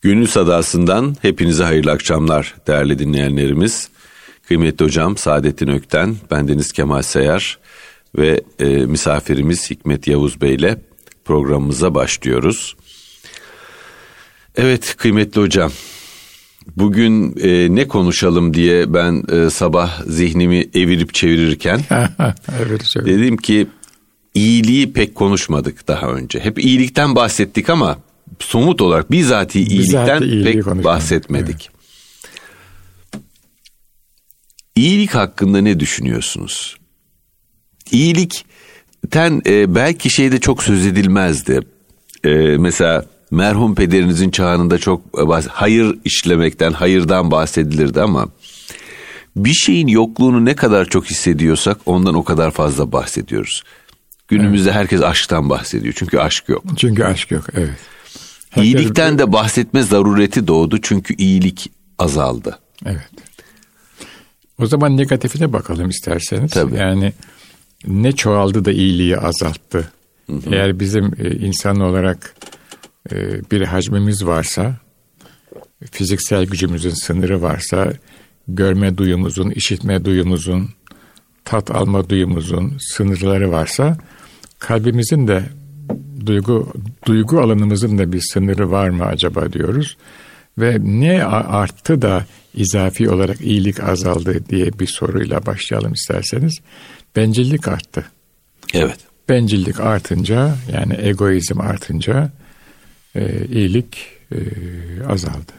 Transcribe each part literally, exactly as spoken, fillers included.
Gönül Sadası'ndan hepinize hayırlı akşamlar değerli dinleyenlerimiz. Kıymetli hocam Saadettin Ökten, bendeniz Kemal Seyar ve e, misafirimiz Hikmet Yavuz Bey ile programımıza başlıyoruz. Evet kıymetli hocam, bugün e, ne konuşalım diye ben e, sabah zihnimi evirip çevirirken evet, dedim ki iyiliği pek konuşmadık daha önce. Hep iyilikten bahsettik ama somut olarak bizatihi iyilikten pek bahsetmedik. Evet. İyilik hakkında ne düşünüyorsunuz? İyilikten e, belki şeyde çok söz edilmezdi. E, mesela merhum pederinizin çağında çok bahs- hayır işlemekten, hayırdan bahsedilirdi ama bir şeyin yokluğunu ne kadar çok hissediyorsak ondan o kadar fazla bahsediyoruz. Günümüzde evet. Herkes aşktan bahsediyor çünkü aşk yok. Çünkü aşk yok, evet. İyilikten de bahsetme zarureti doğdu çünkü iyilik azaldı. Evet. O zaman negatifine bakalım isterseniz. Tabii. Yani ne çoğaldı da iyiliği azalttı. Hı hı. Eğer bizim e, insan olarak e, bir hacmimiz varsa, fiziksel gücümüzün sınırı varsa, görme duyumuzun, işitme duyumuzun, tat alma duyumuzun sınırları varsa, kalbimizin de duygu duygu alanımızın da bir sınırı var mı acaba diyoruz. Ve ne arttı da izafi olarak iyilik azaldı diye bir soruyla başlayalım isterseniz. Bencillik arttı. Evet. Bencillik artınca, yani egoizm artınca e, iyilik e, azaldı.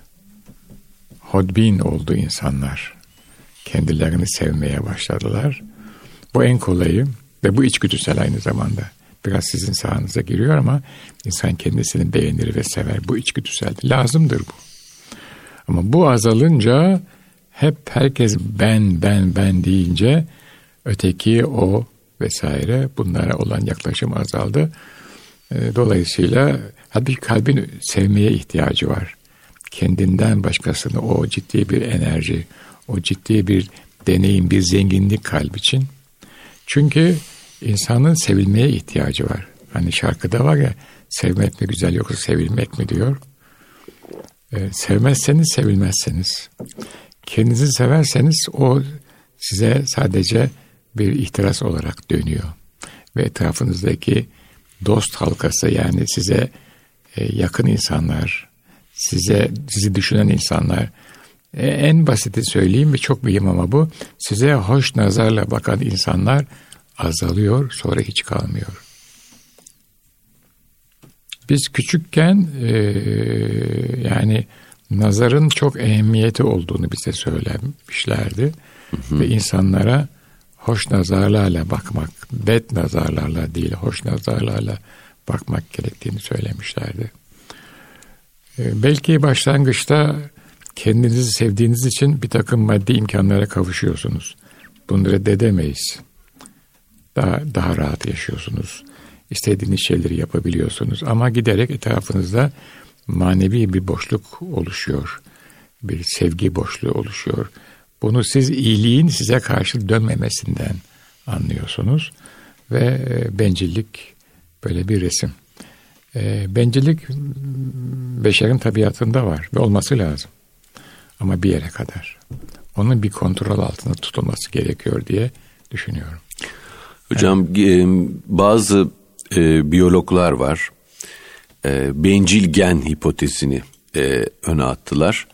Hodbin oldu insanlar. Kendilerini sevmeye başladılar. Bu en kolayı ve bu içgüdüsel aynı zamanda. Biraz sizin sahanıza giriyor ama insan kendisini beğenir ve sever. Bu içgüdüsel. Lazımdır bu. Ama bu azalınca hep herkes ben, ben, ben deyince öteki, o vesaire bunlara olan yaklaşım azaldı. Dolayısıyla halbuki kalbin sevmeye ihtiyacı var. Kendinden başkasını, o ciddi bir enerji, o ciddi bir deneyim, bir zenginlik kalp için. Çünkü insanın sevilmeye ihtiyacı var. Hani şarkıda var ya, sevmek mi güzel yoksa sevilmek mi diyor. Ee, sevmezseniz sevilmezseniz. Kendinizi severseniz o size sadece bir ihtiras olarak dönüyor. Ve etrafınızdaki dost halkası, yani size e, yakın insanlar, size sizi düşünen insanlar, e, en basiti söyleyeyim ve çok mühim ama bu, size hoş nazarla bakan insanlar azalıyor, sonra hiç kalmıyor. Biz küçükken e, yani nazarın çok ehemmiyeti olduğunu bize söylemişlerdi. Hı hı. Ve insanlara hoş nazarlarla bakmak, bed nazarlarla değil, hoş nazarlarla bakmak gerektiğini söylemişlerdi. E, belki başlangıçta kendinizi sevdiğiniz için bir takım maddi imkanlara kavuşuyorsunuz. Bunu reddedemeyiz. Daha, daha rahat yaşıyorsunuz. İstediğiniz şeyleri yapabiliyorsunuz. Ama giderek etrafınızda manevi bir boşluk oluşuyor. Bir sevgi boşluğu oluşuyor. Bunu siz iyiliğin size karşı dönmemesinden anlıyorsunuz. Ve e, bencillik böyle bir resim. E, bencillik beşerin tabiatında var ve olması lazım. Ama bir yere kadar. Onun bir kontrol altında tutulması gerekiyor diye düşünüyorum. Hocam evet. Bazı e, biyologlar var. E, bencil gen hipotezini e, öne attılar.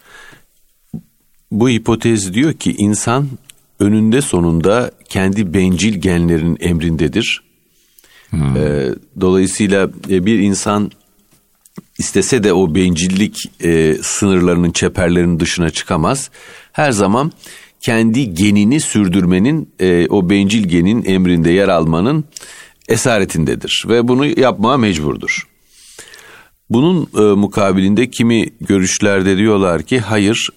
Bu hipotez diyor ki insan önünde sonunda kendi bencil genlerinin emrindedir. Hmm. E, dolayısıyla e, bir insan istese de o bencillik e, sınırlarının, çeperlerinin dışına çıkamaz. Her zaman kendi genini sürdürmenin, e, o bencil genin emrinde yer almanın esaretindedir ve bunu yapmaya mecburdur. Bunun e, mukabilinde kimi görüşlerde diyorlar ki hayır,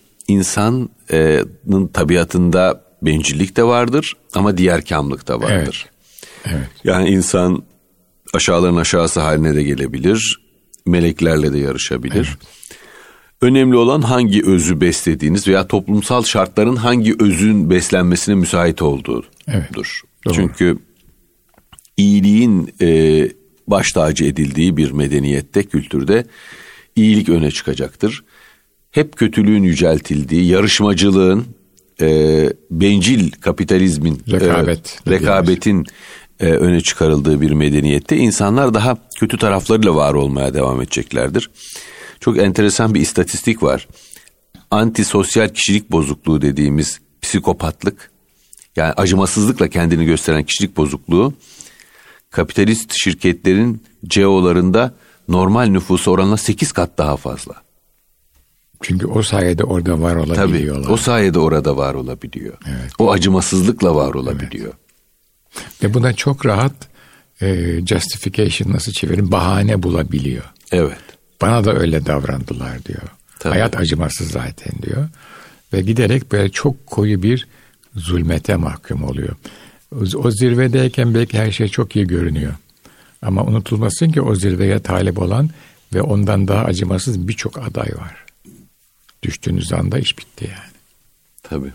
insanın tabiatında bencillik de vardır ama diğerkamlık da vardır. Evet. Evet. Yani insan aşağıların aşağısı haline de gelebilir, meleklerle de yarışabilir. Evet. Önemli olan hangi özü beslediğiniz veya toplumsal şartların hangi özün beslenmesine müsait olduğudur. Evet, çünkü iyiliğin e, baş tacı edildiği bir medeniyette, kültürde iyilik öne çıkacaktır. Hep kötülüğün yüceltildiği, yarışmacılığın, e, bencil kapitalizmin, rekabet, e, rekabetin e, öne çıkarıldığı bir medeniyette insanlar daha kötü taraflarıyla var olmaya devam edeceklerdir. Çok enteresan bir istatistik var. Antisosyal kişilik bozukluğu dediğimiz psikopatlık, yani acımasızlıkla kendini gösteren kişilik bozukluğu, kapitalist şirketlerin C E O'larında normal nüfusa oranla sekiz kat daha fazla. Çünkü o sayede orada var olabiliyorlar. Tabii, o sayede orada var olabiliyor. Evet. O acımasızlıkla var olabiliyor. Evet. Ve buna çok rahat e, justification nasıl çevirin? Bahane bulabiliyor. Evet. Bana da öyle davrandılar diyor. Tabii. Hayat acımasız zaten diyor. Ve giderek böyle çok koyu bir zulmete mahkum oluyor. O zirvedeyken belki her şey çok iyi görünüyor. Ama unutulmasın ki o zirveye talip olan ve ondan daha acımasız birçok aday var. Düştüğünüz anda iş bitti yani. Tabii.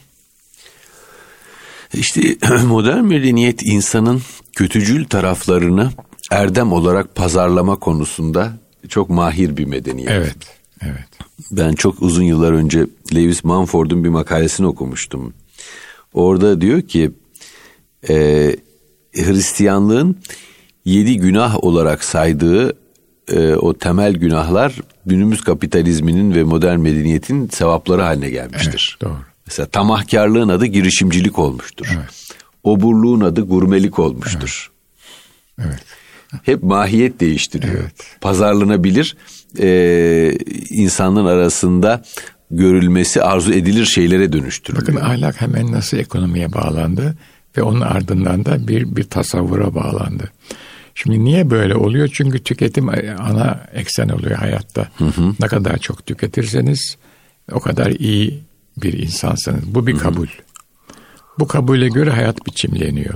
İşte modern medeniyet insanın kötücül taraflarını erdem olarak pazarlama konusunda çok mahir bir medeniyet. Evet, evet. Ben çok uzun yıllar önce Lewis Mumford'un bir makalesini okumuştum. Orada diyor ki e, Hristiyanlığın yedi günah olarak saydığı e, o temel günahlar günümüz kapitalizminin ve modern medeniyetin sevapları haline gelmiştir. Evet, doğru. Mesela tamahkarlığın adı girişimcilik olmuştur. Evet. Oburluğun adı gurmelik olmuştur. Evet. Evet. Hep mahiyet değiştiriyor. Evet. Pazarlanabilir, e, insanların arasında görülmesi, arzu edilir şeylere dönüştürülüyor. Bakın ahlak hemen nasıl ekonomiye bağlandı ve onun ardından da bir bir tasavvura bağlandı. Şimdi niye böyle oluyor? Çünkü tüketim ana eksen oluyor hayatta. Hı hı. Ne kadar çok tüketirseniz o kadar iyi bir insansınız. Bu bir hı hı. kabul. Bu kabule göre hayat biçimleniyor.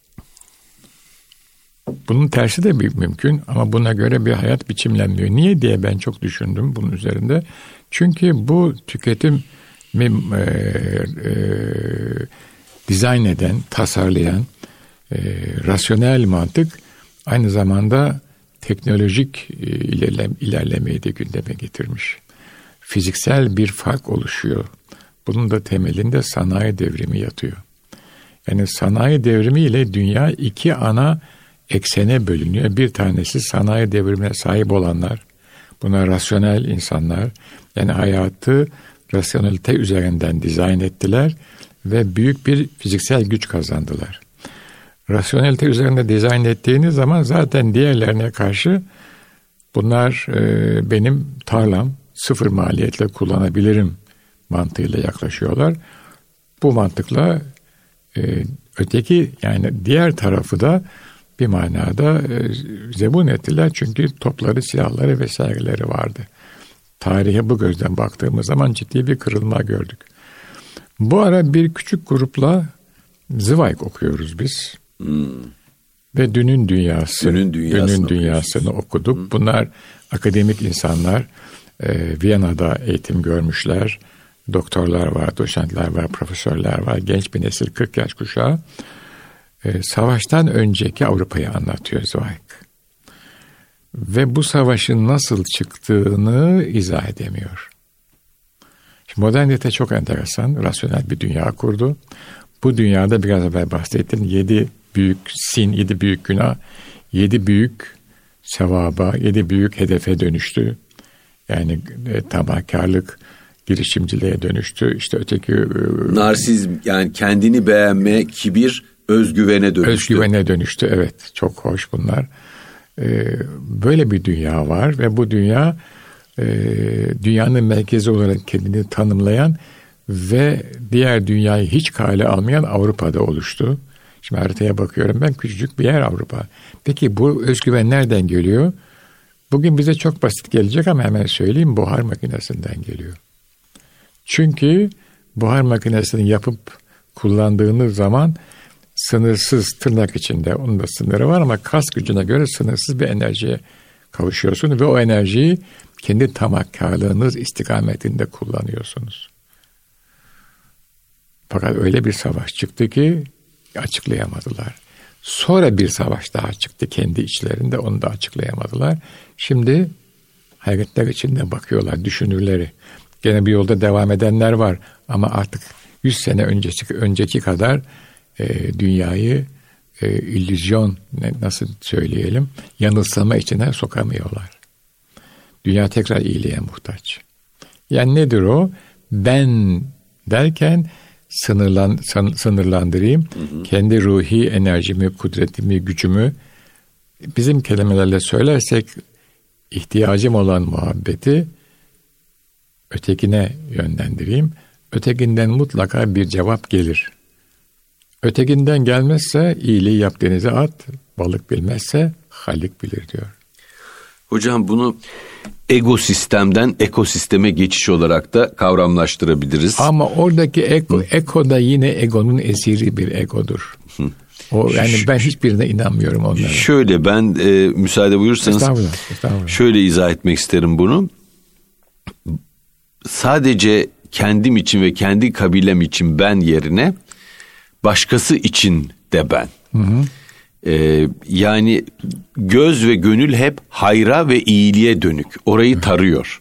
Bunun tersi de bir mümkün ama buna göre bir hayat biçimlenmiyor. Niye diye ben çok düşündüm bunun üzerinde. Çünkü bu tüketimi e, e, dizayn eden, tasarlayan e, rasyonel mantık aynı zamanda teknolojik e, ilerlem, ilerlemeyi de gündeme getirmiş. Fiziksel bir fark oluşuyor. Bunun da temelinde sanayi devrimi yatıyor. Yani sanayi devrimi ile dünya iki ana eksene bölünüyor. Bir tanesi sanayi devrimine sahip olanlar. Buna rasyonel insanlar. Yani hayatı rasyonelite üzerinden dizayn ettiler ve büyük bir fiziksel güç kazandılar. Rasyonelite üzerinde dizayn ettiğiniz zaman zaten diğerlerine karşı bunlar e, benim tarlam sıfır maliyetle kullanabilirim mantığıyla yaklaşıyorlar. Bu mantıkla e, öteki yani diğer tarafı da bir manada e, zebun ettiler çünkü topları, silahları vesaireleri vardı. Tarihe bu gözden baktığımız zaman ciddi bir kırılma gördük. Bu ara bir küçük grupla Zweig okuyoruz biz. Hmm. Ve Dünün Dünyası, Dünün, Dünün Dünyası'nı okuduk. Hmm. Bunlar akademik insanlar. E, Viyana'da eğitim görmüşler. Doktorlar var, doçentler var, profesörler var. Genç bir nesil, kırk yaş kuşağı. E, savaştan önceki Avrupa'yı anlatıyor Zweig. Ve bu savaşın nasıl çıktığını izah edemiyor. Şimdi modernite çok enteresan, rasyonel bir dünya kurdu. Bu dünyada biraz evvel bahsettim. Yedi büyük sin, yedi büyük günah, yedi büyük sevaba, yedi büyük hedefe dönüştü. Yani e, tamahkarlık, girişimciliğe dönüştü. İşte öteki... E, narsizm, yani kendini beğenme, kibir, özgüvene dönüştü. Özgüvene dönüştü, evet. Çok hoş bunlar. E, böyle bir dünya var ve bu dünya e, dünyanın merkezi olarak kendini tanımlayan ve diğer dünyayı hiç kale almayan Avrupa'da oluştu. Şimdi haritaya bakıyorum ben, küçücük bir yer Avrupa. Peki bu özgüven nereden geliyor? Bugün bize çok basit gelecek ama hemen söyleyeyim, buhar makinesinden geliyor. Çünkü buhar makinesini yapıp kullandığınız zaman sınırsız, tırnak içinde onun da sınırı var ama kas gücüne göre sınırsız bir enerjiye kavuşuyorsunuz ve o enerjiyi kendi tamahkarlığınız istikametinde kullanıyorsunuz. Fakat öyle bir savaş çıktı ki açıklayamadılar. Sonra bir savaş daha çıktı kendi içlerinde, onu da açıklayamadılar. Şimdi hayretler içinde bakıyorlar düşünürleri. Gene bir yolda devam edenler var ama artık yüz sene öncesi önceki kadar e, dünyayı e, illüzyon nasıl söyleyelim yanılsama içine sokamıyorlar. Dünya tekrar iyiliğe muhtaç. Yani nedir o? Ben derken sınırlan, sınırlandırayım. Hı hı. Kendi ruhi enerjimi, kudretimi, gücümü bizim kelimelerle söylersek ihtiyacım olan muhabbeti ötekine yönlendireyim. Ötekinden mutlaka bir cevap gelir. Ötekinden gelmezse iyiliği yap denize at, balık bilmezse Halik bilir diyor. Hocam bunu ego sistemden ekosisteme geçiş olarak da kavramlaştırabiliriz. Ama oradaki ego, ego da yine egonun esiri bir egodur. O yani ben hiçbirine inanmıyorum onlara. Şöyle ben e, müsaade buyursanız estağfurullah, estağfurullah. Şöyle izah etmek isterim bunu. Sadece kendim için ve kendi kabilem için ben yerine başkası için de ben. Hı hı. Ee, yani göz ve gönül hep hayra ve iyiliğe dönük. Orayı tarıyor.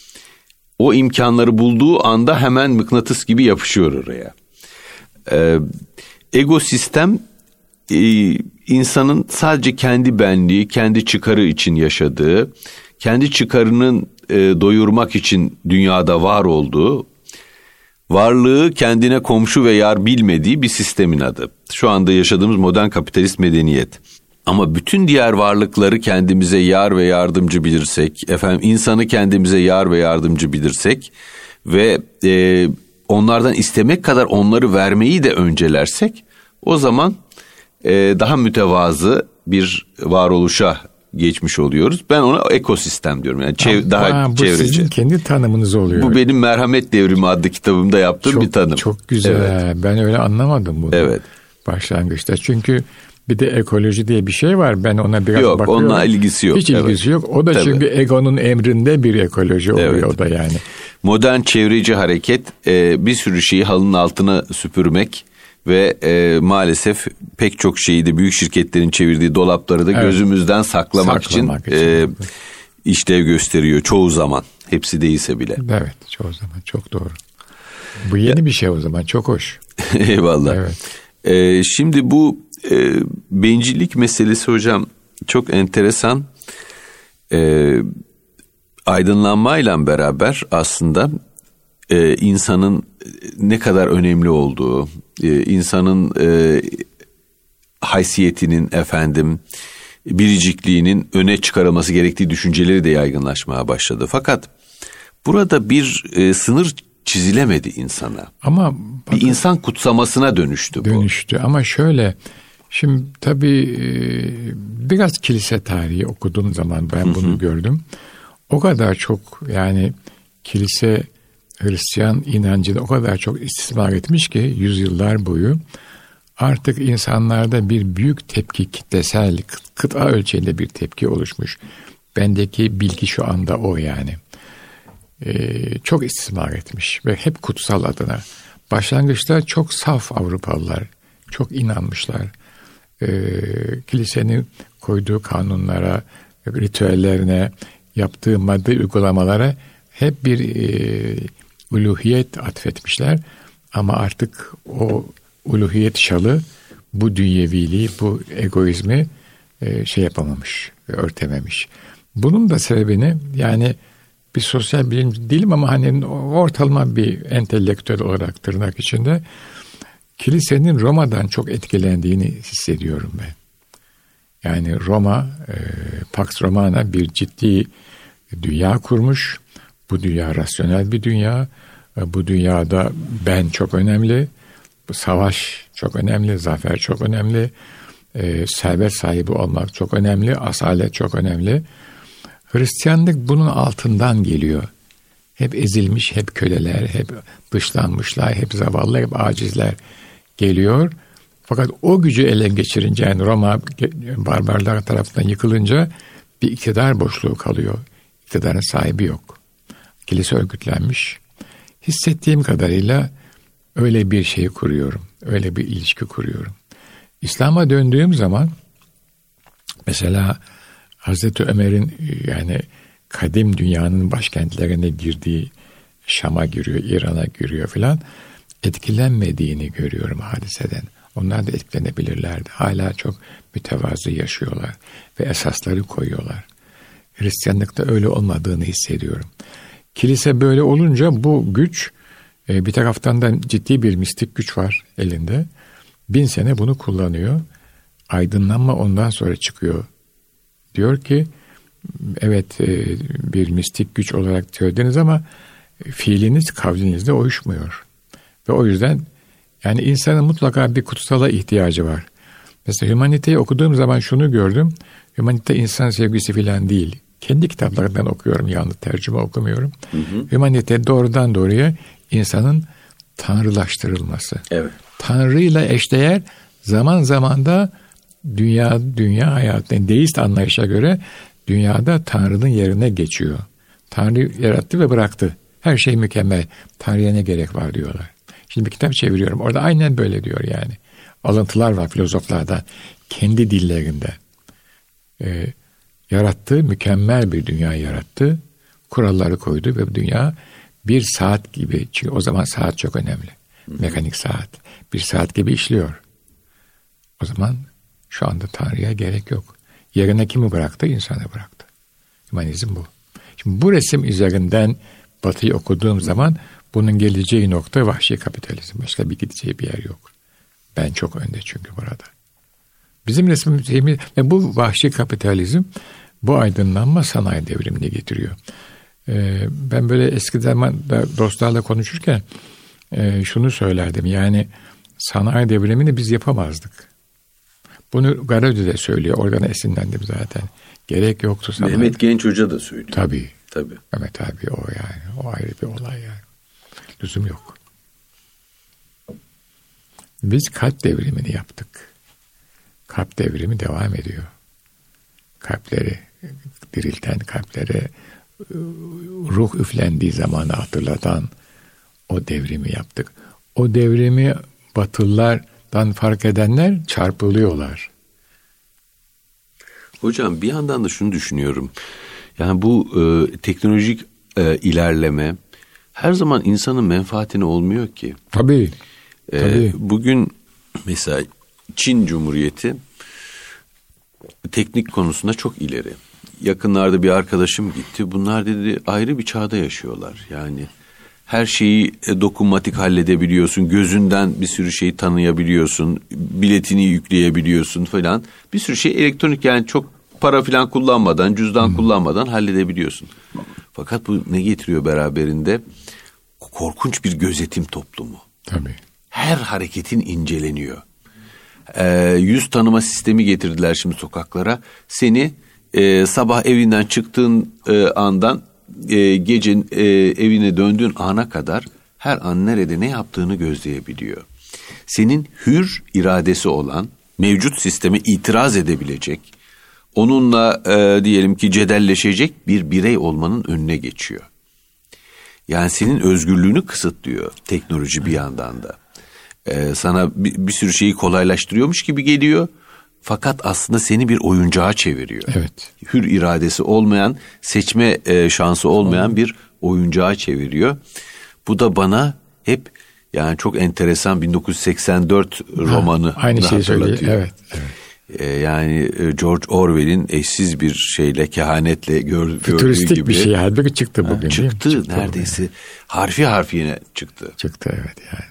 O imkanları bulduğu anda hemen mıknatıs gibi yapışıyor oraya. Ee, ego sistem e, insanın sadece kendi benliği, kendi çıkarı için yaşadığı, kendi çıkarının e, doyurmak için dünyada var olduğu, varlığı kendine komşu ve yar bilmediği bir sistemin adı. Şu anda yaşadığımız modern kapitalist medeniyet. Ama bütün diğer varlıkları kendimize yar ve yardımcı bilirsek, efendim insanı kendimize yar ve yardımcı bilirsek ve e, onlardan istemek kadar onları vermeyi de öncelersek, o zaman e, daha mütevazı bir varoluşa geçmiş oluyoruz. Ben ona ekosistem diyorum. Yani çev- Aa, daha bu çevreci. Sizin kendi tanımınız oluyor. Bu benim Merhamet Devrimi adlı kitabımda yaptığım çok, bir tanım. Çok güzel. Evet. Ben öyle anlamadım bunu. Evet. Başlangıçta. Çünkü bir de ekoloji diye bir şey var. Ben ona biraz yok, bakıyorum. Yok, onunla ilgisi yok. Hiç evet. ilgisi yok. O da Tabii. çünkü egonun emrinde bir ekoloji oluyor evet. o da yani. Modern çevreci hareket e, bir sürü şeyi halının altına süpürmek ve e, maalesef pek çok şeyi de büyük şirketlerin çevirdiği dolapları da evet. gözümüzden saklamak, saklamak için, için e, işlev gösteriyor çoğu zaman. Hepsi değilse bile. Evet, çoğu zaman çok doğru. Bu yeni ya, bir şey o zaman, çok hoş. Eyvallah. Evet. E, şimdi bu e, bencillik meselesi hocam çok enteresan. E, aydınlanmayla beraber aslında e, insanın ne kadar önemli olduğu, e, insanın e, haysiyetinin efendim biricikliğinin öne çıkarılması gerektiği düşünceleri de yaygınlaşmaya başladı. Fakat burada bir e, sınır çizilemedi insana. Ama bakın, bir insan kutsamasına dönüştü bu. Dönüştü ama şöyle, şimdi tabii e, biraz kilise tarihi okuduğum zaman ben bunu hı hı. gördüm. O kadar çok yani kilise Hristiyan inancını o kadar çok istismar etmiş ki yüzyıllar boyu artık insanlarda bir büyük tepki, kitlesel, kıta ölçeğinde bir tepki oluşmuş. Bendeki bilgi şu anda o yani. Ee, çok istismar etmiş ve hep kutsal adına. Başlangıçta çok saf Avrupalılar, çok inanmışlar. Ee, kilisenin koyduğu kanunlara, ritüellerine, yaptığı maddi uygulamalara hep bir e, uluhiyet atfetmişler. Ama artık o uluhiyet şalı bu dünyeviliği, bu egoizmi e, şey yapamamış, örtememiş. Bunun da sebebini yani bir sosyal bilimci değilim ama hani ortalama bir entelektüel olarak tırnak içinde kilisenin Roma'dan çok etkilendiğini hissediyorum ben. Yani Roma, e, Pax Romana bir ciddi dünya kurmuş. Bu dünya rasyonel bir dünya. E, bu dünyada ben çok önemli. Bu savaş çok önemli, zafer çok önemli. E, servet sahibi olmak çok önemli, asalet çok önemli. Hristiyanlık bunun altından geliyor. Hep ezilmiş, hep köleler, hep dışlanmışlar, hep zavallı, hep acizler geliyor. Fakat o gücü ele geçirince, yani Roma barbarlar tarafından yıkılınca bir iktidar boşluğu kalıyor. İktidarın sahibi yok. Kilise örgütlenmiş. Hissettiğim kadarıyla öyle bir şey kuruyorum. Öyle bir ilişki kuruyorum. İslam'a döndüğüm zaman mesela Hazreti Ömer'in yani kadim dünyanın başkentlerine girdiği, Şam'a giriyor, İran'a giriyor filan, etkilenmediğini görüyorum hadiseden. Onlar da etkilenebilirlerdi. Hala çok mütevazı yaşıyorlar ve esasları koyuyorlar. Hristiyanlıkta öyle olmadığını hissediyorum. Kilise böyle olunca bu güç, bir taraftan da ciddi bir mistik güç var elinde. Bin sene bunu kullanıyor. Aydınlanma ondan sonra çıkıyor. Diyor ki, evet bir mistik güç olarak söylediniz ama fiiliniz kavlinizle uyuşmuyor. Ve o yüzden yani insanın mutlaka bir kutsala ihtiyacı var. Mesela Hümanite'yi okuduğum zaman şunu gördüm. Hümanite insan sevgisi filan değil. Kendi kitaplarından okuyorum, yalnız tercüme okumuyorum. Hı hı. Hümanite doğrudan doğruya insanın tanrılaştırılması. Evet. Tanrıyla eşdeğer, zaman zaman da dünya dünya hayatının deist anlayışa göre dünyada Tanrı'nın yerine geçiyor. Tanrı yarattı ve bıraktı. Her şey mükemmel. Tanrı'ya ne gerek var diyorlar. Şimdi bir kitap çeviriyorum. Orada aynen böyle diyor yani. Alıntılar var filozoflardan. Kendi dillerinde. Ee, yarattığı mükemmel bir dünya yarattı. Kuralları koydu ve bu dünya bir saat gibi. Çünkü o zaman saat çok önemli. Mekanik saat. Bir saat gibi işliyor. O zaman şu anda Tanrı'ya gerek yok. Yerine kimi bıraktı? İnsanı bıraktı. Hümanizm bu. Şimdi bu resim üzerinden Batı'yı okuduğum zaman bunun geleceği nokta vahşi kapitalizm. Başka bir gideceği bir yer yok. Ben çok önde çünkü burada. Bizim resmimiz ve bu vahşi kapitalizm, bu aydınlanma sanayi devrimini getiriyor. Ee, ben böyle eski zamanda dostlarla konuşurken e, şunu söylerdim. Yani sanayi devrimini biz yapamazdık. Bunu Garodi de söylüyor. Oradan esinlendim zaten. Gerek yoktu sanayi. Mehmet Genç Hoca da söylüyor. Tabii. Tabii. Mehmet abi o yani. O ayrı bir olay yani. Lüzum yok. Biz kalp devrimini yaptık. Kalp devrimi devam ediyor. Kalpleri dirilten, kalplere ruh üflendiği zamanı hatırlatan o devrimi yaptık. O devrimi Batılılardan fark edenler çarpılıyorlar. Hocam bir yandan da şunu düşünüyorum. Yani bu e, teknolojik e, ilerleme her zaman insanın menfaatine olmuyor ki. Tabii. E, tabii. Bugün mesela Çin Cumhuriyeti teknik konusunda çok ileri. Yakınlarda bir arkadaşım gitti. Bunlar dedi ayrı bir çağda yaşıyorlar. Yani her şeyi dokunmatik halledebiliyorsun. Gözünden bir sürü şeyi tanıyabiliyorsun. Biletini yükleyebiliyorsun falan. Bir sürü şey elektronik, yani çok para falan kullanmadan, cüzdan hmm. kullanmadan halledebiliyorsun. Fakat bu ne getiriyor beraberinde? Korkunç bir gözetim toplumu. Tabii. Her hareketin inceleniyor. Ee, yüz tanıma sistemi getirdiler şimdi sokaklara. Seni e, sabah evinden çıktığın e, andan e, gece e, evine döndüğün ana kadar her an nerede ne yaptığını gözleyebiliyor. Senin hür iradesi olan, mevcut sisteme itiraz edebilecek, onunla e, diyelim ki cedelleşecek bir birey olmanın önüne geçiyor. Yani senin özgürlüğünü kısıtlıyor teknoloji bir yandan da. E, sana bir, bir sürü şeyi kolaylaştırıyormuş gibi geliyor. Fakat aslında seni bir oyuncağa çeviriyor. Evet. Hür iradesi olmayan, seçme e, şansı olmayan bir oyuncağa çeviriyor. Bu da bana hep yani çok enteresan bin dokuz yüz seksen dört romanı ha, aynı şeyi söylüyor. Evet, evet. Yani George Orwell'in eşsiz bir şeyle, kehanetle gör, gördüğü gibi. Fütüristik bir şey halbuki çıktı bugün. Ha, çıktı, çıktı neredeyse. Bugün. Harfi harfine çıktı. Çıktı evet yani.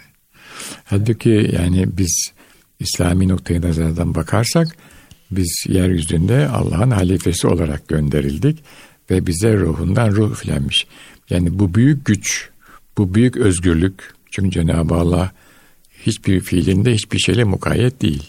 Halbuki yani biz İslami noktaya nazardan bakarsak biz yeryüzünde Allah'ın halifesi olarak gönderildik ve bize ruhundan ruh üflenmiş. Yani bu büyük güç, bu büyük özgürlük, çünkü Cenab-ı Allah hiçbir fiilinde hiçbir şeyle mukayyet değil.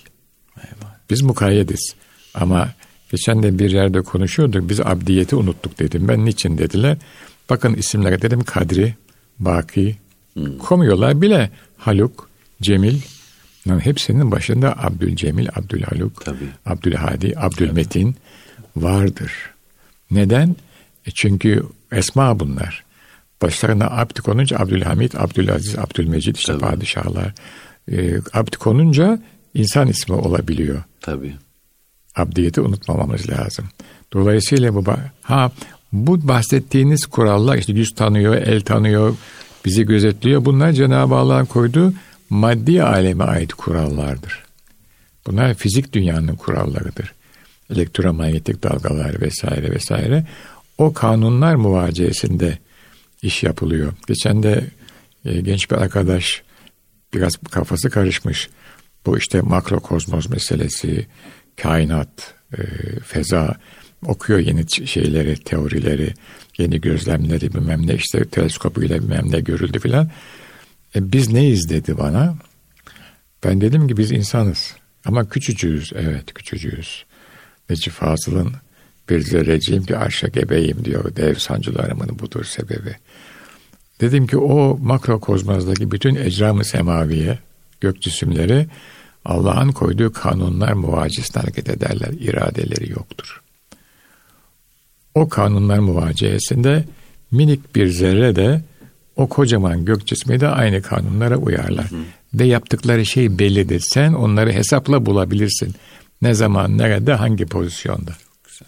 Biz mukayyediz. Ama geçen de bir yerde konuşuyorduk. Biz abdiyeti unuttuk dedim. Ben niçin dediler. Bakın isimlere dedim. Kadri, Baki, hmm. komuyorlar bile. Haluk, Cemil. Yani hepsinin başında Abdülcemil, Abdülhaluk, Tabii. Abdülhadi, Abdülmetin vardır. Neden? E çünkü esma bunlar. Başlarına abd konunca Abdülhamid, Abdülaziz, Abdülmecid işte Tabii. padişahlar. E, abd konunca İnsan ismi olabiliyor. Tabii. Abdiyeti unutmamamız lazım. Dolayısıyla bu ha Bu bahsettiğiniz kurallar, işte yüz tanıyor, el tanıyor, bizi gözetliyor. Bunlar Cenab-ı Allah'ın koyduğu maddi aleme ait kurallardır. Bunlar fizik dünyanın kurallarıdır. Elektromanyetik dalgalar vesaire vesaire. O kanunlar muvaciyesinde iş yapılıyor. Geçen de e, genç bir arkadaş biraz kafası karışmış. Bu işte makrokozmos meselesi, kainat, e, feza okuyor yeni şeyleri, teorileri, yeni gözlemleri bilmem ne işte teleskopuyla bilmem ne görüldü filan. E, biz neyiz dedi bana. Ben dedim ki biz insanız. Ama küçücüğüz. Evet küçücüğüz. Necip Fazıl'ın bir zerreciyim ki arşa gebeyim diyor. Dev sancılarımın budur sebebi. Dedim ki o makrokozmozdaki bütün ecram-ı semaviye, gök cisimleri Allah'ın koyduğu kanunlar muvaciyesinde hareket ederler. İradeleri yoktur. O kanunlar muvaciyesinde minik bir zerre de o kocaman gök cismi de aynı kanunlara uyarlar. Hı. Ve yaptıkları şey bellidir. Sen onları hesapla bulabilirsin. Ne zaman, nerede, hangi pozisyonda. Güzel.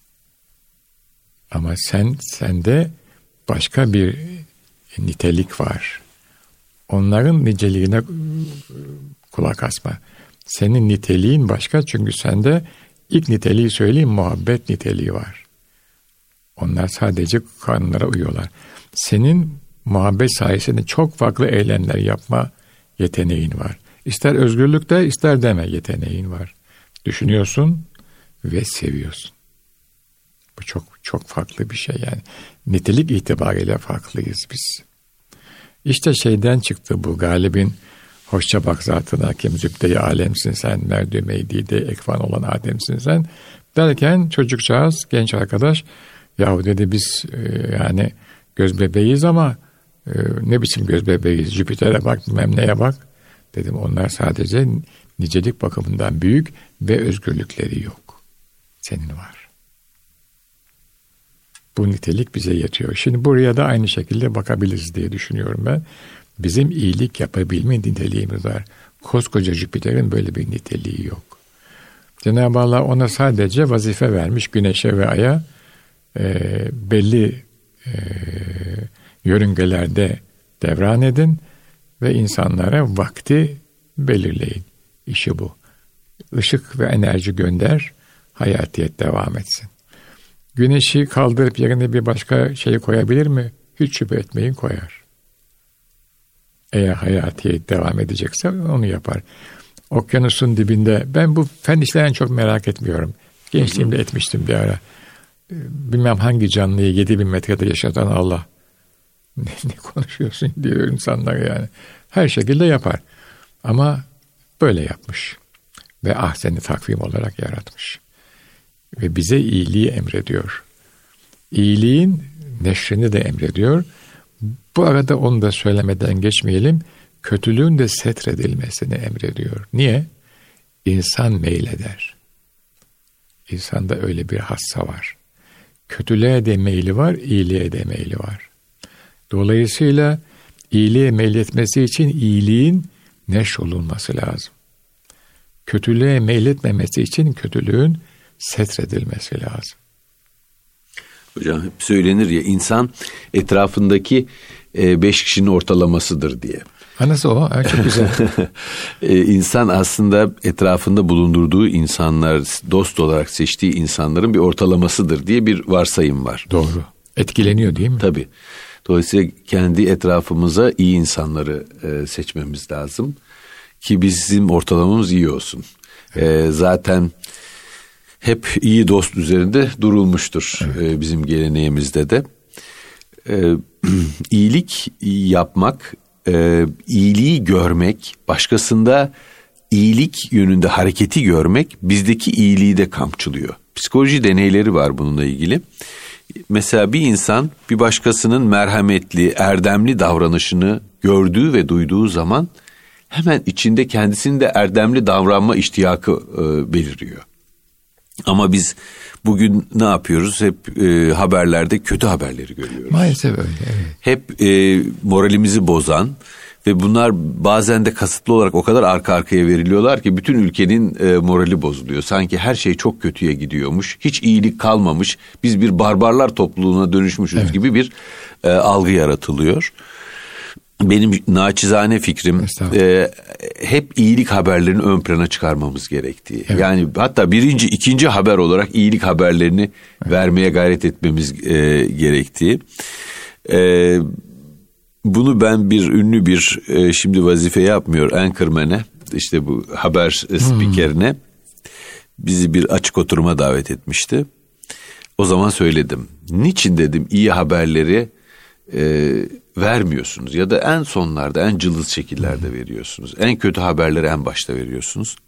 Ama sen sende başka bir nitelik var. Onların niceliğine kulak asma. Senin niteliğin başka çünkü sende ilk niteliği söyleyeyim muhabbet niteliği var. Onlar sadece kanunlara uyuyorlar. Senin muhabbet sayesinde çok farklı eylemler yapma yeteneğin var. İster özgürlükte ister deme yeteneğin var. Düşünüyorsun ve seviyorsun. Bu çok çok farklı bir şey yani. Nitelik itibariyle farklıyız biz. İşte şeyden çıktı bu Galib'in hoşça bak zatına kim zübde-i alemsin sen merdü meydide ekvan olan Adem'sin sen derken çocukcağız genç arkadaş yahu dedi biz e, yani göz bebeğiz ama e, ne biçim göz bebeğiz Jüpiter'e bak bilmem neye bak dedim onlar sadece nicelik bakımından büyük ve özgürlükleri yok. Senin var. Bu nitelik bize yetiyor. Şimdi buraya da aynı şekilde bakabiliriz diye düşünüyorum ben. Bizim iyilik yapabilme niteliğimiz var. Koskoca Jüpiter'in böyle bir niteliği yok. Cenab-ı Allah ona sadece vazife vermiş güneşe ve aya e, belli e, yörüngelerde devran edin ve insanlara vakti belirleyin. İşi bu. Işık ve enerji gönder, hayatiyet devam etsin. Güneşi kaldırıp yerine bir başka şeyi koyabilir mi? Hiç şüphe etmeyin koyar. Eğer hayatiyet devam edecekse onu yapar. Okyanusun dibinde ben bu fen işlerini çok merak etmiyorum. Gençliğimde etmiştim bir ara. Bilmem hangi canlıyı yedi bin metrede yaşatan Allah. Ne, ne konuşuyorsun diyor insanlar yani. Her şekilde yapar. Ama böyle yapmış. Ve ahsen-i takvim olarak yaratmış. Ve bize iyiliği emrediyor. İyiliğin neşrini de emrediyor. Bu arada onu da söylemeden geçmeyelim. Kötülüğün de setredilmesini emrediyor. Niye? İnsan meyleder. İnsanda öyle bir hassa var. Kötülüğe de meyli var, iyiliğe de meyli var. Dolayısıyla iyiliğe meyletmesi için iyiliğin neşrolunması lazım. Kötülüğe meyletmemesi için kötülüğün setredilmesi lazım. Hocam hep söylenir ya insan etrafındaki e, beş kişinin ortalamasıdır diye. Ha nasıl o? Ha, çok güzel. e, insan aslında etrafında bulundurduğu insanlar, dost olarak seçtiği insanların bir ortalamasıdır diye bir varsayım var. Doğru. Etkileniyor değil mi? Tabii. Dolayısıyla kendi etrafımıza iyi insanları e, seçmemiz lazım ki bizim ortalamamız iyi olsun. Evet. E, zaten hep iyi dost üzerinde durulmuştur. Evet. e, bizim geleneğimizde de. E, iyilik yapmak, e, iyiliği görmek, başkasında iyilik yönünde hareketi görmek bizdeki iyiliği de kamçılıyor. Psikoloji deneyleri var bununla ilgili. Mesela bir insan bir başkasının merhametli, erdemli davranışını gördüğü ve duyduğu zaman hemen içinde kendisinin de erdemli davranma iştiyakı e, beliriyor. Ama biz bugün ne yapıyoruz? Hep e, haberlerde kötü haberleri görüyoruz. Maalesef öyle. Evet. Hep e, moralimizi bozan, Ve bunlar bazen de kasıtlı olarak o kadar arka arkaya veriliyorlar ki bütün ülkenin e, morali bozuluyor. Sanki her şey çok kötüye gidiyormuş, hiç iyilik kalmamış, biz bir barbarlar topluluğuna dönüşmüşüz evet. gibi bir e, algı yaratılıyor. Benim naçizane fikrim e, hep iyilik haberlerini ön plana çıkarmamız gerektiği. Evet. Yani hatta birinci, ikinci haber olarak iyilik haberlerini evet. vermeye gayret etmemiz e, gerektiği. E, bunu ben bir ünlü bir e, şimdi vazife yapmıyor anchorman'e, işte bu haber spikerine hmm. bizi bir açık oturuma davet etmişti. O zaman söyledim. Niçin dedim iyi haberleri e, vermiyorsunuz ya da en sonlarda, en cılız şekillerde veriyorsunuz. En kötü haberleri en başta veriyorsunuz.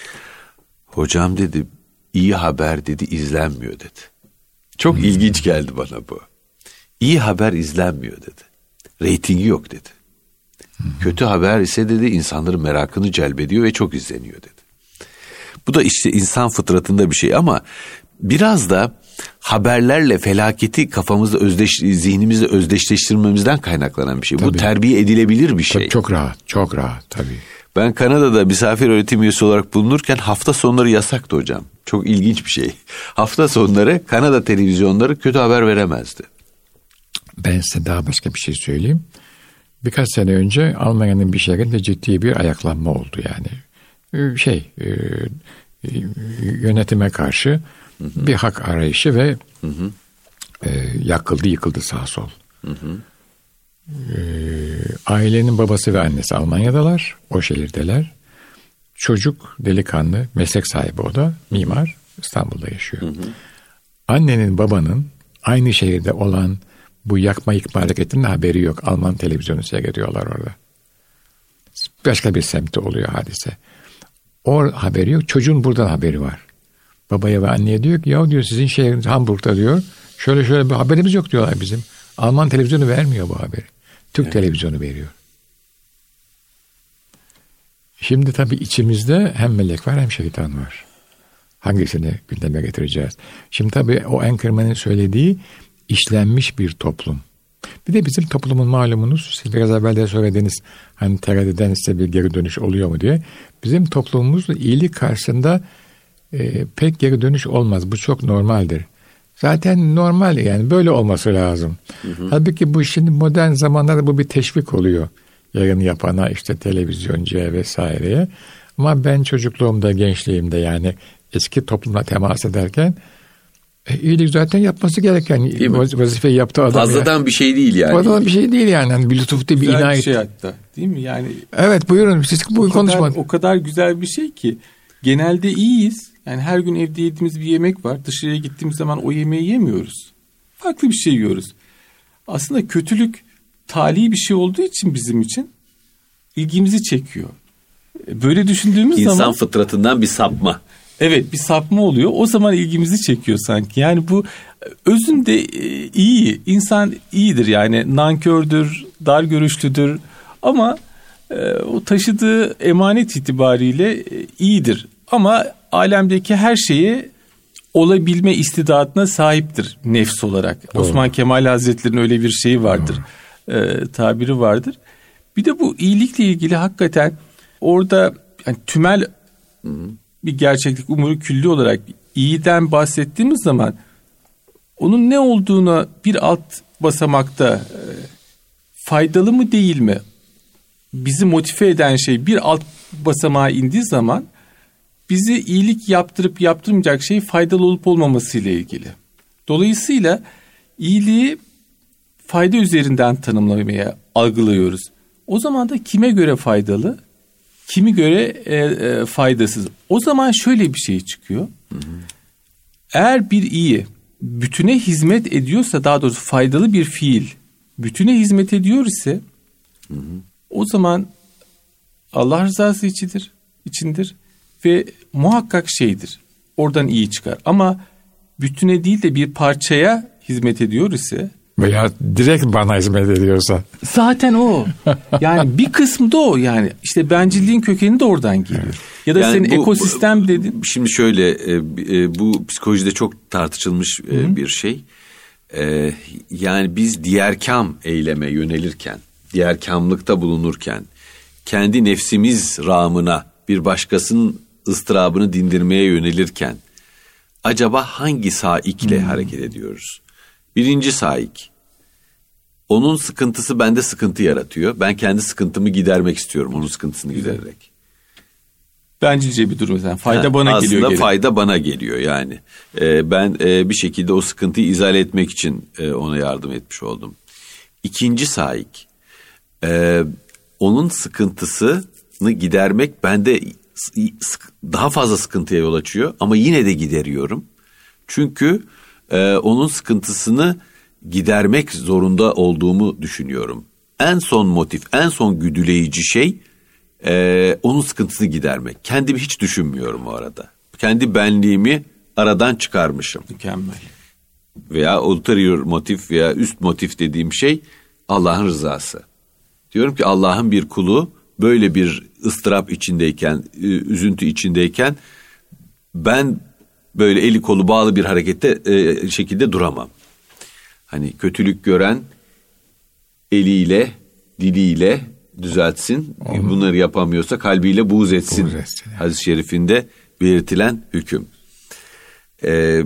Hocam dedi, iyi haber dedi izlenmiyor dedi. Çok hmm. ilginç geldi bana bu. İyi haber izlenmiyor dedi. Reytingi yok dedi. Hmm. Kötü haber ise dedi insanların merakını celbediyor ve çok izleniyor dedi. Bu da işte insan fıtratında bir şey ama biraz da haberlerle felaketi kafamızda özdeş, zihnimizde özdeşleştirmemizden kaynaklanan bir şey. Tabii. Bu terbiye edilebilir bir şey. Tabii, çok rahat, çok rahat tabii. Ben Kanada'da misafir öğretim üyesi olarak bulunurken hafta sonları yasaktı hocam. Çok ilginç bir şey. Hafta sonları Kanada televizyonları kötü haber veremezdi. Ben size daha başka bir şey söyleyeyim. Birkaç sene önce Almanya'nın bir şehrinde ciddi bir ayaklanma oldu yani. Şey, yönetime karşı hı hı. bir hak arayışı ve hı hı. E, yakıldı yıkıldı sağ sol. Hı hı. E, ailenin babası ve annesi Almanya'dalar, o şehirdeler. Çocuk delikanlı, meslek sahibi o da, mimar, İstanbul'da yaşıyor. Hı hı. Annenin babanın aynı şehirde olan bu yakma yıkma hareketinin haberi yok. Alman televizyonu seyrediyorlar orada. Başka bir semtte oluyor hadise. O haberi yok. Çocuğun buradan haberi var. Babaya ve anneye diyor ki ya diyor sizin şehriniz Hamburg'da diyor. Şöyle şöyle bir haberimiz yok diyorlar bizim. Alman televizyonu vermiyor bu haberi. Türk evet. televizyonu veriyor. Şimdi tabii içimizde hem melek var hem şeytan var. Hangisini gündeme getireceğiz? Şimdi tabii o Anchorman'ın söylediği işlenmiş bir toplum. Bir de bizim toplumun malumunuz, siz biraz evvel de söylediğiniz hani T R T'den size bir geri dönüş oluyor mu diye. Bizim toplumumuz iyilik karşısında e, pek geri dönüş olmaz. Bu çok normaldir. Zaten normal yani böyle olması lazım. Hı hı. Halbuki bu şimdi modern zamanlarda bu bir teşvik oluyor. Yayın yapana işte televizyoncuya vesaireye. Ama ben çocukluğumda, gençliğimde yani eski toplumla temas ederken E, iyilik zaten yapması gereken vaz- vazifeyi yaptığı adam. Fazladan yani. Bir şey değil yani. Fazladan bir şey değil yani. yani bir lütufta bir inayet. Güzel bir şey hatta değil mi? Yani evet buyurun siz bu konuşmayın. O kadar güzel bir şey ki genelde iyiyiz. Yani her gün evde yediğimiz bir yemek var. Dışarıya gittiğimiz zaman o yemeği yemiyoruz. Farklı bir şey yiyoruz. Aslında kötülük tali bir şey olduğu için bizim için ilgimizi çekiyor. Böyle düşündüğümüz İnsan zaman İnsan fıtratından bir sapma. Evet bir sapma oluyor. O zaman ilgimizi çekiyor sanki. Yani bu özünde iyi. İnsan iyidir yani nankördür, dar görüşlüdür. Ama e, o taşıdığı emanet itibariyle e, iyidir. Ama alemdeki her şeyi olabilme istidadına sahiptir nefs olarak. Doğru. Osman Kemal Hazretleri'nin öyle bir şeyi vardır. E, tabiri vardır. Bir de bu iyilikle ilgili hakikaten orada yani tümel hı hı. bir gerçeklik umuru külli olarak iyiden bahsettiğimiz zaman onun ne olduğuna bir alt basamakta e, faydalı mı değil mi bizi motive eden şey bir alt basamağa indiği zaman bizi iyilik yaptırıp yaptırmayacak şey faydalı olup olmaması ile ilgili. Dolayısıyla iyiliği fayda üzerinden tanımlamaya algılıyoruz. O zaman da kime göre faydalı? Kimi göre e, e, faydasız. O zaman şöyle bir şey çıkıyor. Hı hı. Eğer bir iyi bütüne hizmet ediyorsa, daha doğrusu faydalı bir fiil bütüne hizmet ediyor ise hı hı. o zaman Allah rızası içindir, içindir ve muhakkak şeydir. Oradan iyi çıkar. Ama bütüne değil de bir parçaya hizmet ediyor ise veya direkt bana hizmet ediyorsa. Zaten o. Yani bir kısmı da o yani. İşte bencilliğin kökeni de oradan geliyor. Evet. Ya da yani senin bu, ekosistem dedin. Şimdi şöyle e, bu psikolojide çok tartışılmış e, bir şey. E, yani biz diğerkam eyleme yönelirken yerkamlıkta bulunurken, kendi nefsimiz rağmına bir başkasının ıstırabını dindirmeye yönelirken, acaba hangi saikle hmm. hareket ediyoruz? Birinci saik, onun sıkıntısı bende sıkıntı yaratıyor. Ben kendi sıkıntımı gidermek istiyorum, onun sıkıntısını gidererek. Bencilce bir durum zaten. Fayda ha, bana geliyor. Aslında fayda bana geliyor yani. Ee, ben e, bir şekilde o sıkıntıyı izale etmek için e, ona yardım etmiş oldum. İkinci saik, e, onun sıkıntısını gidermek bende daha fazla sıkıntıya yol açıyor ama yine de gideriyorum. Çünkü e, onun sıkıntısını gidermek zorunda olduğumu düşünüyorum. En son motif, en son güdüleyici şey e, onun sıkıntısını gidermek. Kendimi hiç düşünmüyorum o arada. Kendi benliğimi aradan çıkarmışım. Mükemmel. Veya ulterior motif veya üst motif dediğim şey Allah'ın rızası. Diyorum ki Allah'ın bir kulu böyle bir ıstırap içindeyken, üzüntü içindeyken ben böyle eli kolu bağlı bir harekette e, şekilde duramam. Hani kötülük gören eliyle, diliyle düzeltsin. Onu, bunları yapamıyorsa kalbiyle buğz etsin. Buğz etsin. Hadis-i şerifinde belirtilen hüküm. Ee,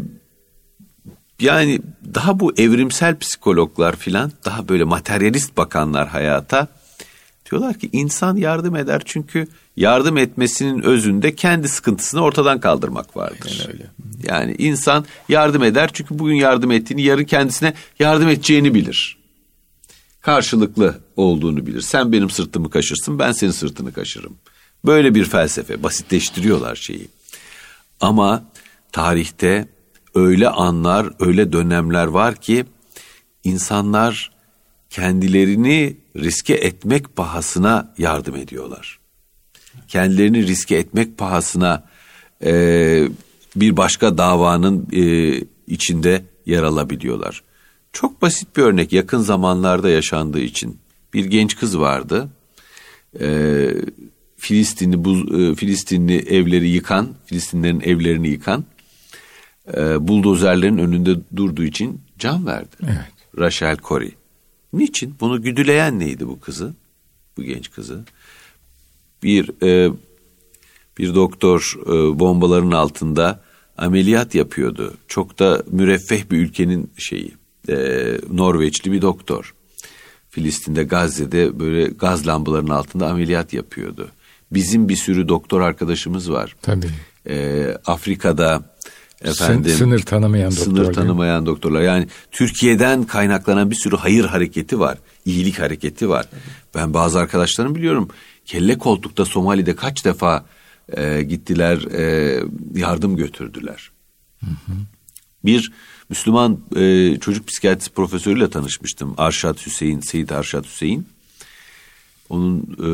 yani daha bu evrimsel psikologlar filan, daha böyle materyalist bakanlar hayata, diyorlar ki insan yardım eder çünkü yardım etmesinin özünde kendi sıkıntısını ortadan kaldırmak vardır. Yani öyle. Yani insan yardım eder çünkü bugün yardım ettiğini, yarın kendisine yardım edeceğini bilir. Karşılıklı olduğunu bilir. Sen benim sırtımı kaşırsın, ben senin sırtını kaşırım. Böyle bir felsefe, basitleştiriyorlar şeyi. Ama tarihte öyle anlar, öyle dönemler var ki insanlar kendilerini riske etmek pahasına yardım ediyorlar. Kendilerini riske etmek pahasına e, bir başka davanın e, içinde yer alabiliyorlar. Çok basit bir örnek, yakın zamanlarda yaşandığı için. Bir genç kız vardı. E, Filistinli buz, e, Filistinli evleri yıkan, Filistinlerin evlerini yıkan e, buldozerlerin önünde durduğu için can verdi. Evet. Rachel Corrie. Niçin? Bunu güdüleyen neydi bu kızı? Bu genç kızı. Bir e, bir doktor e, bombaların altında ameliyat yapıyordu. Çok da müreffeh bir ülkenin şeyi. E, Norveçli bir doktor. Filistin'de, Gazze'de böyle gaz lambalarının altında ameliyat yapıyordu. Bizim bir sürü doktor arkadaşımız var. Tabii. E, Afrika'da efendim Sın, sınır tanımayan sınır doktorlar. tanımayan doktorlar. Yani Türkiye'den kaynaklanan bir sürü hayır hareketi var. İyilik hareketi var. Tabii. Ben bazı arkadaşlarım biliyorum. Kelle koltukta Somali'de kaç defa e, gittiler, e, yardım götürdüler. Hı hı. Bir Müslüman e, çocuk psikiyatrisi profesörüyle tanışmıştım. Arşad Hüseyin, Seyit Arşad Hüseyin. Onun e,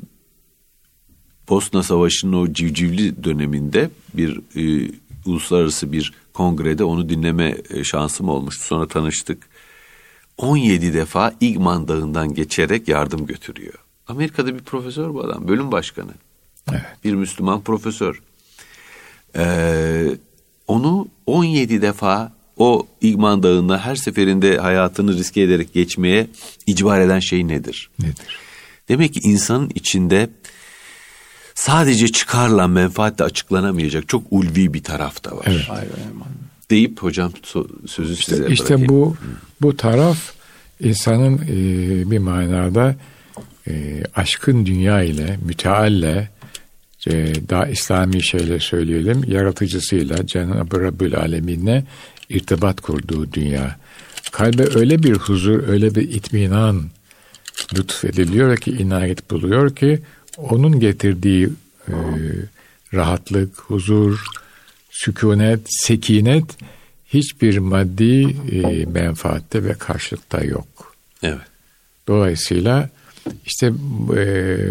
Bosna Savaşı'nın o civcivli döneminde bir e, uluslararası bir kongrede onu dinleme e, şansım olmuştu. Sonra tanıştık. on yedi defa İgman Dağı'ndan geçerek yardım götürüyor. Amerika'da bir profesör bu adam, bölüm başkanı. Evet. Bir Müslüman profesör. Ee, onu on yedi defa o İgman Dağı'na her seferinde hayatını riske ederek geçmeye icbar eden şey nedir? Nedir? Demek ki insanın içinde sadece çıkarla, menfaatle açıklanamayacak çok ulvi bir taraf da var. Evet. Deyip hocam sözü işte, size işte bırakayım. İşte bu, bu taraf insanın e, bir manada e, aşkın dünya ile, mütealle, e, daha İslami şeyle söyleyelim, yaratıcısıyla, Cenab-ı Rabbül Alemin'le irtibat kurduğu dünya. Kalbe öyle bir huzur, öyle bir itminan lütfediliyor ki, inayet buluyor ki, onun getirdiği e, rahatlık, huzur, sükunet, sekinet hiçbir maddi e, menfaatte ve karşılıkta yok. Evet. Dolayısıyla işte e,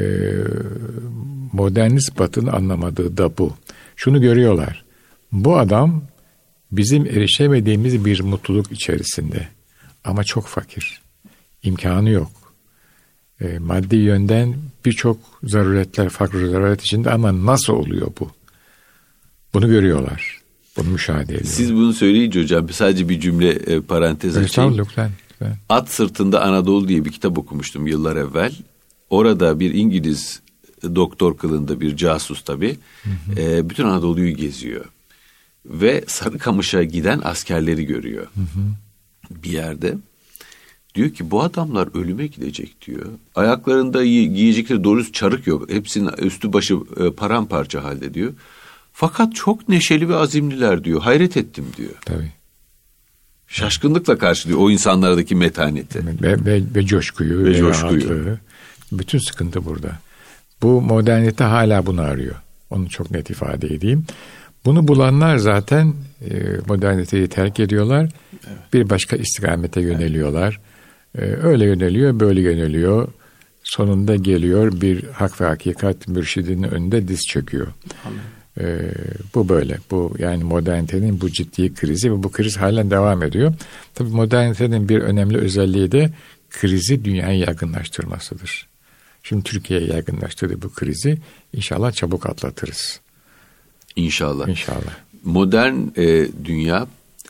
modernist batının anlamadığı da bu. Şunu görüyorlar. Bu adam bizim erişemediğimiz bir mutluluk içerisinde. Ama çok fakir. İmkanı yok. E, maddi yönden birçok zaruretler, fakir zaruret içinde ama nasıl oluyor bu? Bunu görüyorlar. Bunu müşahede ediyorlar. Siz bunu söyleyince hocam sadece bir cümle e, parantez açayım. lütfen. At Sırtında Anadolu diye bir kitap okumuştum yıllar evvel. Orada bir İngiliz doktor kılığında bir casus tabii. Hı hı. E, bütün Anadolu'yu geziyor. Ve Sarıkamış'a giden askerleri görüyor. Hı hı. Bir yerde. Diyor ki bu adamlar ölüme gidecek diyor. Ayaklarında giyecekleri doğrusu çarık yok. Hepsinin üstü başı e, paramparça halde diyor. Fakat çok neşeli ve azimliler diyor. Hayret ettim diyor. Tabii. Şaşkınlıkla karşılıyor o insanlardaki metaneti. Ve, ve, ve coşkuyu. Ve, ve coşkuyu. Rahatlığı. Bütün sıkıntı burada. Bu modernite hala bunu arıyor. Onu çok net ifade edeyim. Bunu bulanlar zaten e, moderniteyi terk ediyorlar. Evet. Bir başka istikamete yöneliyorlar. Evet. E, öyle yöneliyor, böyle yöneliyor. Sonunda geliyor bir hak ve hakikat mürşidinin önünde diz çöküyor. E, bu böyle. Bu yani modernitenin bu ciddi krizi ve bu kriz halen devam ediyor. Tabii modernitenin bir önemli özelliği de krizi dünyayı yaygınlaştırmasıdır. Şimdi Türkiye'ye yaygınlaştırdığı bu krizi inşallah çabuk atlatırız. İnşallah. İnşallah. Modern e, dünya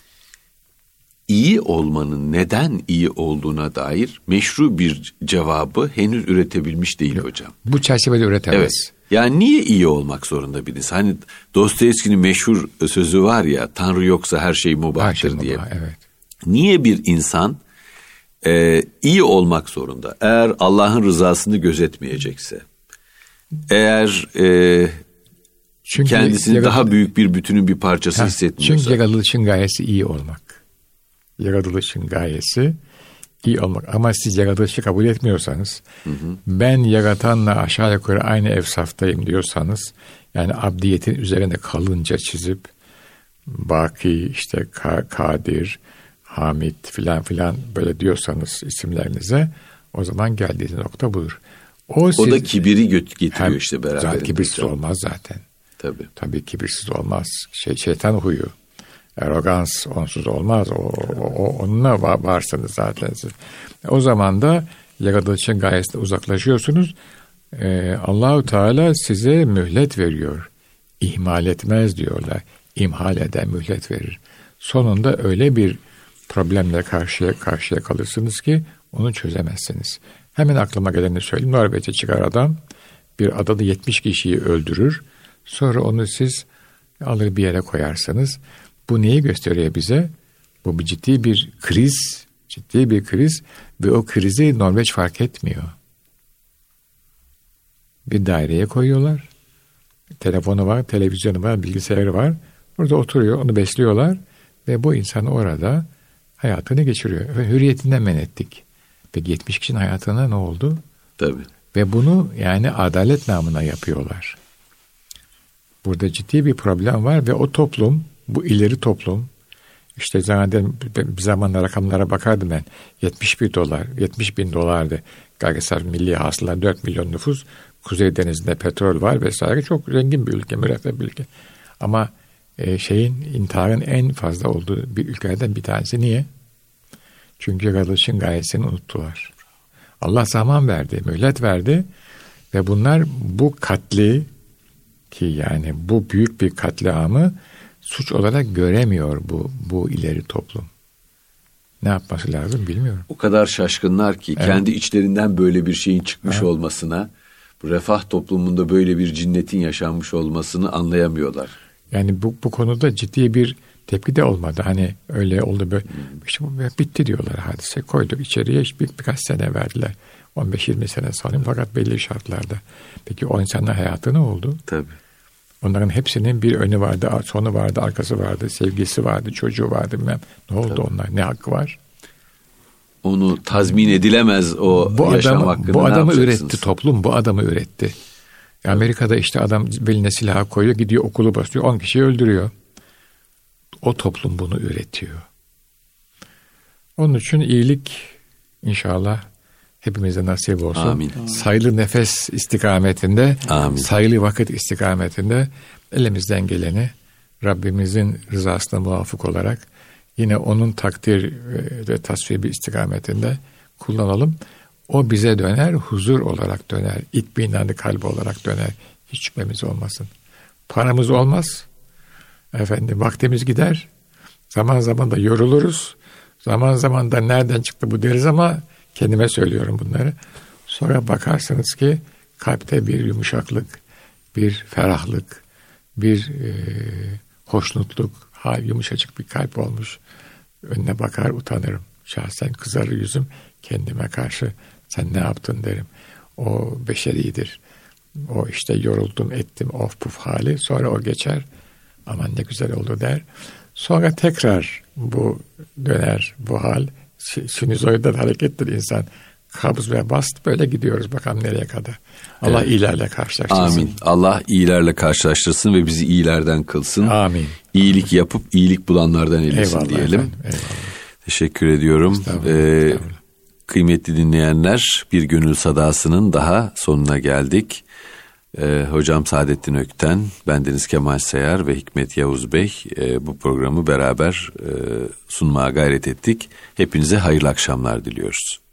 iyi olmanın neden iyi olduğuna dair meşru bir cevabı henüz üretebilmiş değil hocam. Bu çerçevede üretemez. Evet. Yani niye iyi olmak zorunda birisi? Hani Dostoyevski'nin meşhur sözü var ya, Tanrı yoksa her şey mubahtır her şey diye. Mubah, evet. Niye bir insan e, iyi olmak zorunda? Eğer Allah'ın rızasını gözetmeyecekse, eğer e, çünkü kendisini yaratı, daha büyük bir bütünün bir parçası ha, hissetmiyorsa. Çünkü yaratılışın gayesi iyi olmak. Yaratılışın gayesi iyi olmak. Ama siz yaratılışı kabul etmiyorsanız, hı hı. ben yaratanla aşağı yukarı aynı evsaftayım diyorsanız, yani abdiyetin üzerine kalınca çizip, Baki, işte Kadir, Hamid filan filan böyle diyorsanız isimlerinize, o zaman geldiğiniz nokta budur. O, o siz, da kibiri getiriyor hem, işte beraber. Zaten kibirsiz olmaz zaten. Tabii. Tabii kibirsiz olmaz. Şey, şeytan huyu. Arrogans onsuz olmaz. O, o, onunla varsınız zaten siz. O zaman da yaratılışın gayesine uzaklaşıyorsunuz. Ee, Allahu Teala size mühlet veriyor. İhmal etmez diyorlar. İmhal eder, mühlet verir. Sonunda öyle bir problemle karşıya karşıya kalırsınız ki onu çözemezsiniz. Hemen aklıma geleni söyleyeyim. Norveç'e çıkar adam. Bir adada yetmiş kişiyi öldürür. Sonra onu siz alır bir yere koyarsanız, bu neyi gösteriyor bize? Bu bir ciddi bir kriz, ciddi bir kriz ve o krizi Norveç fark etmiyor. Bir daireye koyuyorlar. Telefonu var, televizyonu var, bilgisayarı var. Burada oturuyor, onu besliyorlar ve bu insan orada hayatını geçiriyor. Ve hürriyetinden men ettik. Peki yetmiş kişinin hayatına ne oldu? Tabii. Ve bunu yani adalet namına yapıyorlar. Burada ciddi bir problem var ve o toplum, bu ileri toplum, işte zaten bir zamanlar rakamlara bakardım ben, yetmiş bin dolar, yetmiş bin dolardı. Gayri safi milli hasıla dört milyon nüfus, Kuzey Denizi'nde petrol var vesaire, çok zengin bir ülke, müreffeh bir ülke. Ama e, şeyin, intiharın en fazla olduğu bir ülkelerden bir tanesi. Niye? Çünkü yaratılışın gayesini unuttular. Allah zaman verdi, mühlet verdi ve bunlar bu katli, ki yani bu büyük bir katliamı suç olarak göremiyor bu bu ileri toplum. Ne yapması lazım bilmiyorum. O kadar şaşkınlar ki evet. Kendi içlerinden böyle bir şeyin çıkmış evet. olmasına, bu refah toplumunda böyle bir cinnetin yaşanmış olmasını anlayamıyorlar. Yani bu bu konuda ciddi bir tepki de olmadı. Hani öyle oldu böyle. Hmm. İşte bu bitti diyorlar hadise. Koyduk içeriye, bir, birkaç sene verdiler. on beş yirmi sene sanırım, fakat belli şartlarda. Peki o insanların hayatı ne oldu? Tabii. Onların hepsinin bir önü vardı, sonu vardı, arkası vardı, sevgisi vardı, çocuğu vardı bilmem. Ne oldu Tabii. onlar? Ne hakkı var? Onu tazmin edilemez o bu yaşam adamı, hakkını. Bu adamı üretti toplum, bu adamı üretti. Amerika'da işte adam beline silah koyuyor, gidiyor okulu basıyor, on kişiyi öldürüyor. O toplum bunu üretiyor. Onun için iyilik inşallah hepimize nasip olsun. Amin. Sayılı nefes istikametinde, Amin. sayılı vakit istikametinde elimizden geleni Rabbimizin rızasına muvafık olarak yine onun takdir ve tasvibi istikametinde kullanalım. O bize döner, huzur olarak döner, itminanı kalbi olarak döner. Hiç şüphemiz olmasın. Paramız olmaz. Efendim vaktimiz gider. Zaman zaman da yoruluruz. Zaman zaman da nereden çıktı bu deriz ama kendime söylüyorum bunları. Sonra bakarsınız ki kalpte bir yumuşaklık, bir ferahlık, bir e, hoşnutluk, ha, yumuşacık bir kalp olmuş. Önüne bakar utanırım. Şahsen kızarır yüzüm kendime karşı. Sen ne yaptın derim. O beşeridir. O işte yoruldum ettim of puf hali. Sonra o geçer. Aman ne güzel oldu der. Sonra tekrar bu döner bu hal. Sinüzoidal harekettir insan. Kabız ve bast böyle gidiyoruz bakalım nereye kadar. Allah evet. iyilerle karşılaştırsın. Amin. Allah iyilerle karşılaştırsın ve bizi iyilerden kılsın. Amin. İyilik yapıp iyilik bulanlardan eylesin eyvallah diyelim. Efendim, eyvallah. Teşekkür ediyorum. Estağfurullah, ee, estağfurullah. Kıymetli dinleyenler, bir gönül sadasının daha sonuna geldik. Ee, hocam Saadettin Ökten, bendeniz Kemal Sayar ve Hikmet Yavuz Bey e, bu programı beraber e, sunmaya gayret ettik. Hepinize hayırlı akşamlar diliyoruz.